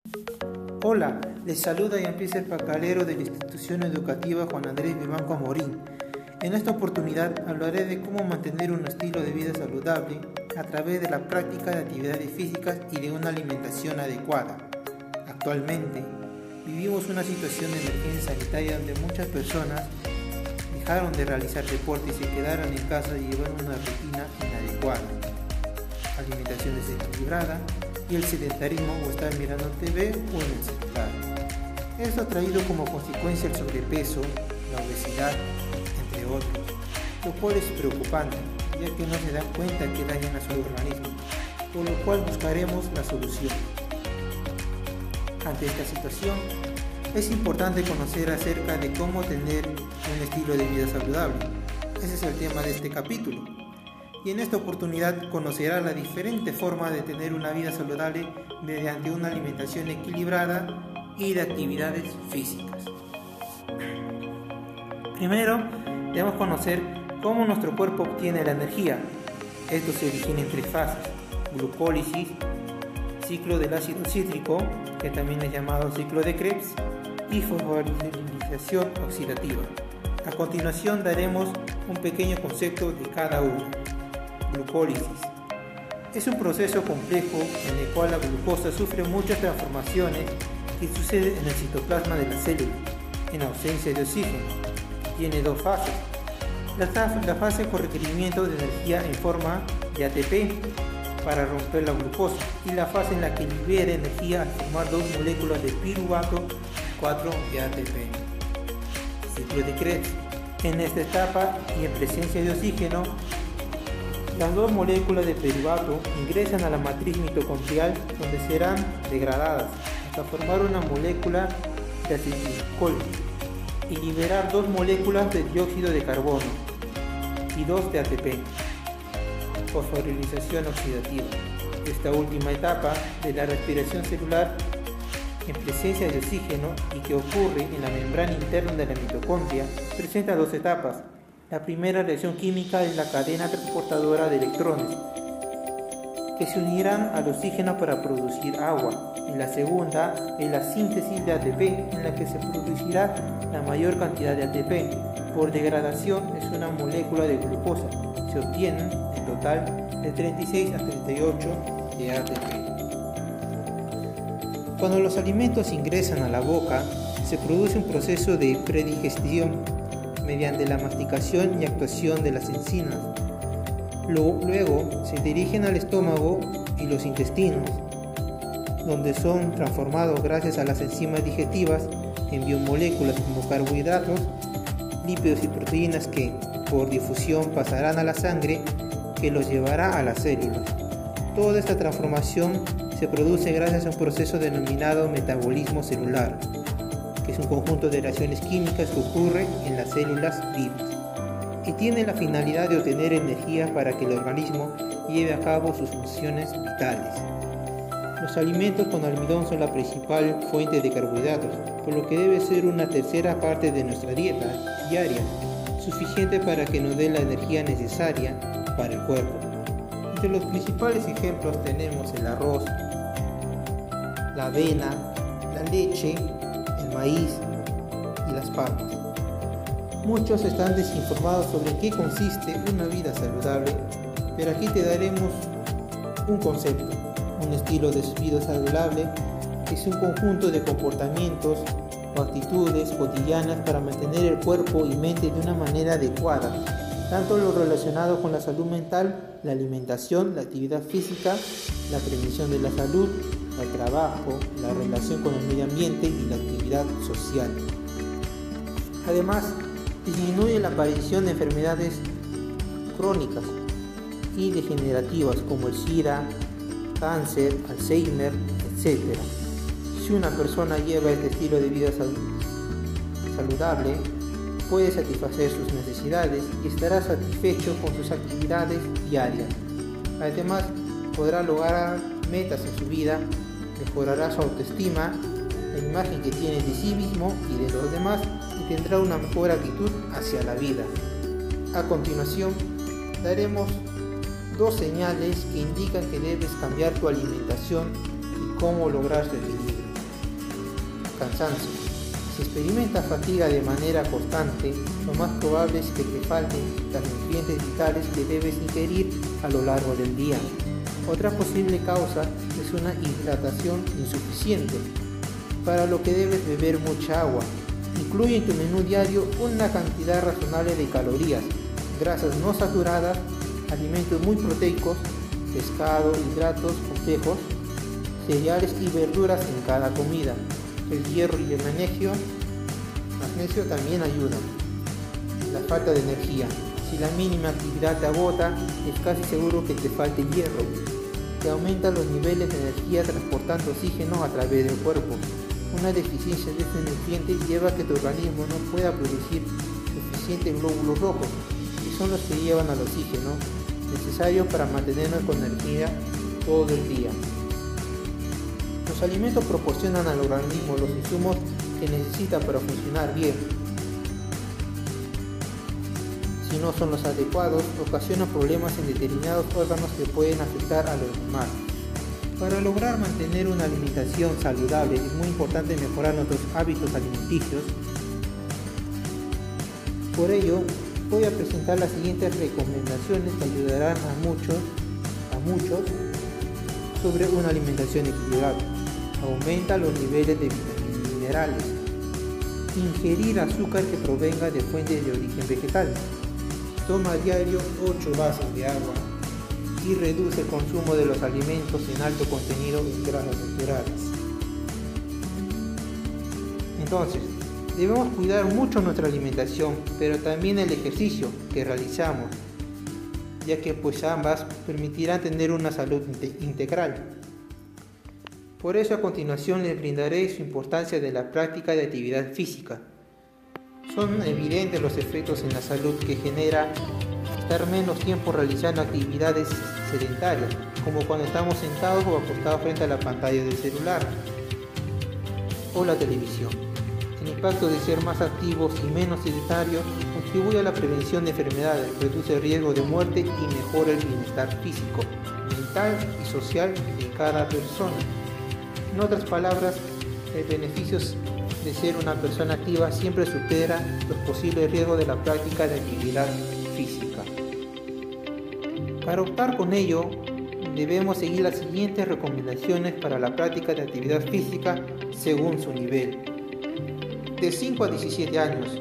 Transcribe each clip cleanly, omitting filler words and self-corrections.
Hola, les saluda Jean-Pierre Pacalero de la Institución Educativa Juan Andrés Vivanco Amorín. En esta oportunidad hablaré de cómo mantener un estilo de vida saludable a través de la práctica de actividades físicas y de una alimentación adecuada. Actualmente, vivimos una situación de emergencia sanitaria donde muchas personas dejaron de realizar deporte y se quedaron en casa y llevaron una rutina inadecuada, alimentación desequilibrada y el sedentarismo o estar mirando TV o en el celular. Esto ha traído como consecuencia el sobrepeso, la obesidad, entre otros, lo cual es preocupante, ya que no se dan cuenta que dañan a su organismo, por lo cual buscaremos la solución. Ante esta situación, es importante conocer acerca de cómo tener un estilo de vida saludable. Ese es el tema de este capítulo. Y en esta oportunidad conocerá la diferente forma de tener una vida saludable mediante una alimentación equilibrada y de actividades físicas. Primero, debemos conocer cómo nuestro cuerpo obtiene la energía. Esto se origina en tres fases: glucólisis, ciclo del ácido cítrico, que también es llamado ciclo de Krebs, y fosforilización oxidativa. A continuación daremos un pequeño concepto de cada uno. Glucólisis. Es un proceso complejo en el cual la glucosa sufre muchas transformaciones que suceden en el citoplasma de la célula, en ausencia de oxígeno. Tiene dos fases. La fase con requerimiento de energía en forma de ATP para romper la glucosa y la fase en la que libera energía al formar dos moléculas de piruvato y 4 de ATP. Ciclo de Krebs. En esta etapa y en presencia de oxígeno, las dos moléculas de piruvato ingresan a la matriz mitocondrial donde serán degradadas hasta formar una molécula de acetilcolina y liberar dos moléculas de dióxido de carbono y 2 de ATP. Fosforilización oxidativa. Esta última etapa de la respiración celular en presencia de oxígeno y que ocurre en la membrana interna de la mitocondria presenta dos etapas. La primera reacción química es la cadena transportadora de electrones que se unirán al oxígeno para producir agua, y la segunda es la síntesis de ATP, en la que se producirá la mayor cantidad de ATP. Por degradación es una molécula de glucosa. Se obtienen en total de 36 a 38 de ATP. Cuando los alimentos ingresan a la boca, se produce un proceso de predigestión mediante la masticación y actuación de las enzimas. Luego se dirigen al estómago y los intestinos, donde son transformados gracias a las enzimas digestivas en biomoléculas como carbohidratos, lípidos y proteínas que, por difusión, pasarán a la sangre, que los llevará a las células. Toda esta transformación se produce gracias a un proceso denominado metabolismo celular, que es un conjunto de reacciones químicas que ocurre en las células vivas y tiene la finalidad de obtener energía para que el organismo lleve a cabo sus funciones vitales. Los alimentos con almidón son la principal fuente de carbohidratos, por lo que debe ser una tercera parte de nuestra dieta diaria, suficiente para que nos dé la energía necesaria para el cuerpo. Entre los principales ejemplos tenemos el arroz, la avena, la leche, el maíz y las papas. Muchos están desinformados sobre en qué consiste una vida saludable, pero aquí te daremos un concepto. Un estilo de vida saludable es un conjunto de comportamientos o actitudes cotidianas para mantener el cuerpo y mente de una manera adecuada, tanto lo relacionado con la salud mental, la alimentación, la actividad física, la prevención de la salud, el trabajo, la relación con el medio ambiente y la actividad social. Además, disminuye la aparición de enfermedades crónicas y degenerativas como el SIDA, cáncer, Alzheimer, etc. Si una persona lleva este estilo de vida saludable, puede satisfacer sus necesidades y estará satisfecho con sus actividades diarias. Además, podrá lograr metas en su vida, mejorará su autoestima, la imagen que tiene de sí mismo y de los demás, y tendrá una mejor actitud hacia la vida. A continuación, daremos dos señales que indican que debes cambiar tu alimentación y cómo lograr su equilibrio. cansancio. Si experimentas fatiga de manera constante, lo más probable es que te falten los nutrientes vitales que debes ingerir a lo largo del día. Otra posible causa es una hidratación insuficiente, para lo que debes beber mucha agua. Incluye en tu menú diario una cantidad razonable de calorías, grasas no saturadas, alimentos muy proteicos, pescado, hidratos complejos, cereales y verduras en cada comida. El hierro y el magnesio también ayudan. La falta de energía. Si la mínima actividad te agota, es casi seguro que te falte hierro, que aumenta los niveles de energía transportando oxígeno a través del cuerpo. Una deficiencia de este nutriente lleva a que tu organismo no pueda producir suficientes glóbulos rojos, que son los que llevan al oxígeno necesario para mantenernos con energía todo el día. Los alimentos proporcionan al organismo los insumos que necesita para funcionar bien. Si no son los adecuados, ocasionan problemas en determinados órganos que pueden afectar a los demás. Para lograr mantener una alimentación saludable es muy importante mejorar nuestros hábitos alimenticios. Por ello, voy a presentar las siguientes recomendaciones que ayudarán a muchos sobre una alimentación equilibrada. Aumenta los niveles de vitaminas y minerales. Ingerir azúcar que provenga de fuentes de origen vegetal. Toma a diario 8 vasos de agua y reduce el consumo de los alimentos en alto contenido en grasas saturadas. Entonces, debemos cuidar mucho nuestra alimentación, pero también el ejercicio que realizamos, ya que ambas permitirán tener una salud integral. Por eso a continuación les brindaré su importancia de la práctica de actividad física. Son evidentes los efectos en la salud que genera estar menos tiempo realizando actividades sedentarias, como cuando estamos sentados o acostados frente a la pantalla del celular o la televisión. El impacto de ser más activos y menos sedentarios contribuye a la prevención de enfermedades, reduce el riesgo de muerte y mejora el bienestar físico, mental y social de cada persona. En otras palabras, los beneficios de ser una persona activa siempre supera los posibles riesgos de la práctica de actividad física. Para optar con ello, debemos seguir las siguientes recomendaciones para la práctica de actividad física según su nivel. De 5 a 17 años.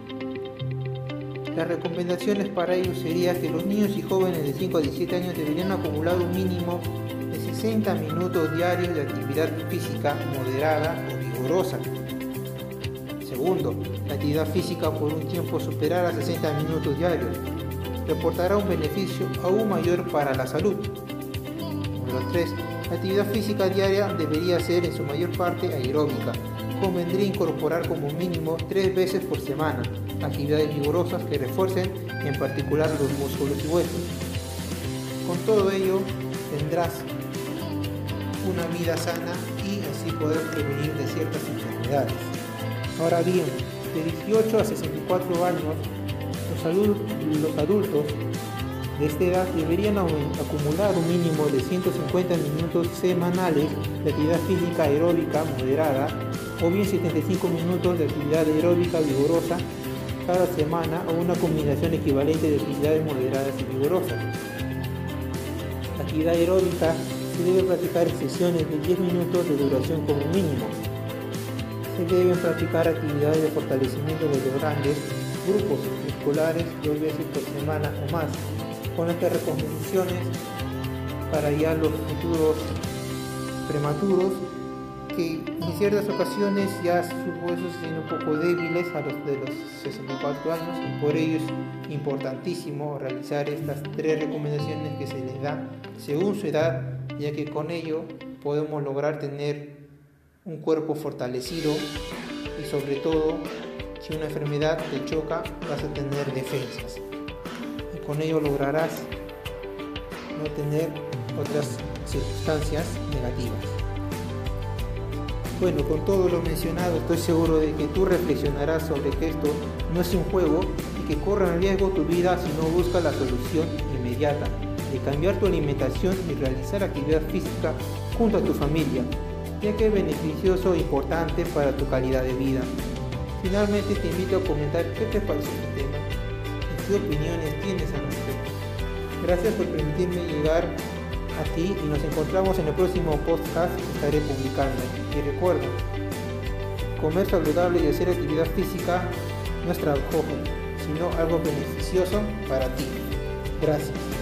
Las recomendaciones para ello serían que los niños y jóvenes de 5 a 17 años deberían acumular un mínimo de 60 minutos diarios de actividad física moderada o vigorosa. Segundo, la actividad física por un tiempo superior a 60 minutos diarios reportará un beneficio aún mayor para la salud. Número 3. La actividad física diaria debería ser en su mayor parte aeróbica. Convendría incorporar como mínimo 3 veces por semana actividades vigorosas que refuercen en particular los músculos y huesos. Con todo ello tendrás una vida sana y así poder prevenir de ciertas enfermedades. Ahora bien, de 18 a 64 años, los adultos de esta edad deberían acumular un mínimo de 150 minutos semanales de actividad física aeróbica moderada o bien 75 minutos de actividad aeróbica vigorosa cada semana o una combinación equivalente de actividades moderadas y vigorosas. La actividad aeróbica se debe practicar en sesiones de 10 minutos de duración como mínimo. Se deben practicar actividades de fortalecimiento de los grandes grupos musculares 2 veces por semana o más, con estas recomendaciones para ya los futuros prematuros que en ciertas ocasiones ya sus huesos están un poco débiles a los de los 64 años y por ello es importantísimo realizar estas 3 recomendaciones que se les da según su edad, ya que con ello podemos lograr tener un cuerpo fortalecido y sobre todo si una enfermedad te choca vas a tener defensas y con ello lograrás no tener otras circunstancias negativas. Bueno, con todo lo mencionado estoy seguro de que tú reflexionarás sobre que esto no es un juego y que corre en riesgo tu vida si no buscas la solución inmediata de cambiar tu alimentación y realizar actividad física junto a tu familia. ya que es beneficioso e importante para tu calidad de vida. Finalmente te invito a comentar qué te pareció este tema y qué opiniones tienes al respecto. Gracias por permitirme llegar a ti y nos encontramos en el próximo podcast que estaré publicando. Y recuerda, comer saludable y hacer actividad física no es trabajo, sino algo beneficioso para ti. Gracias.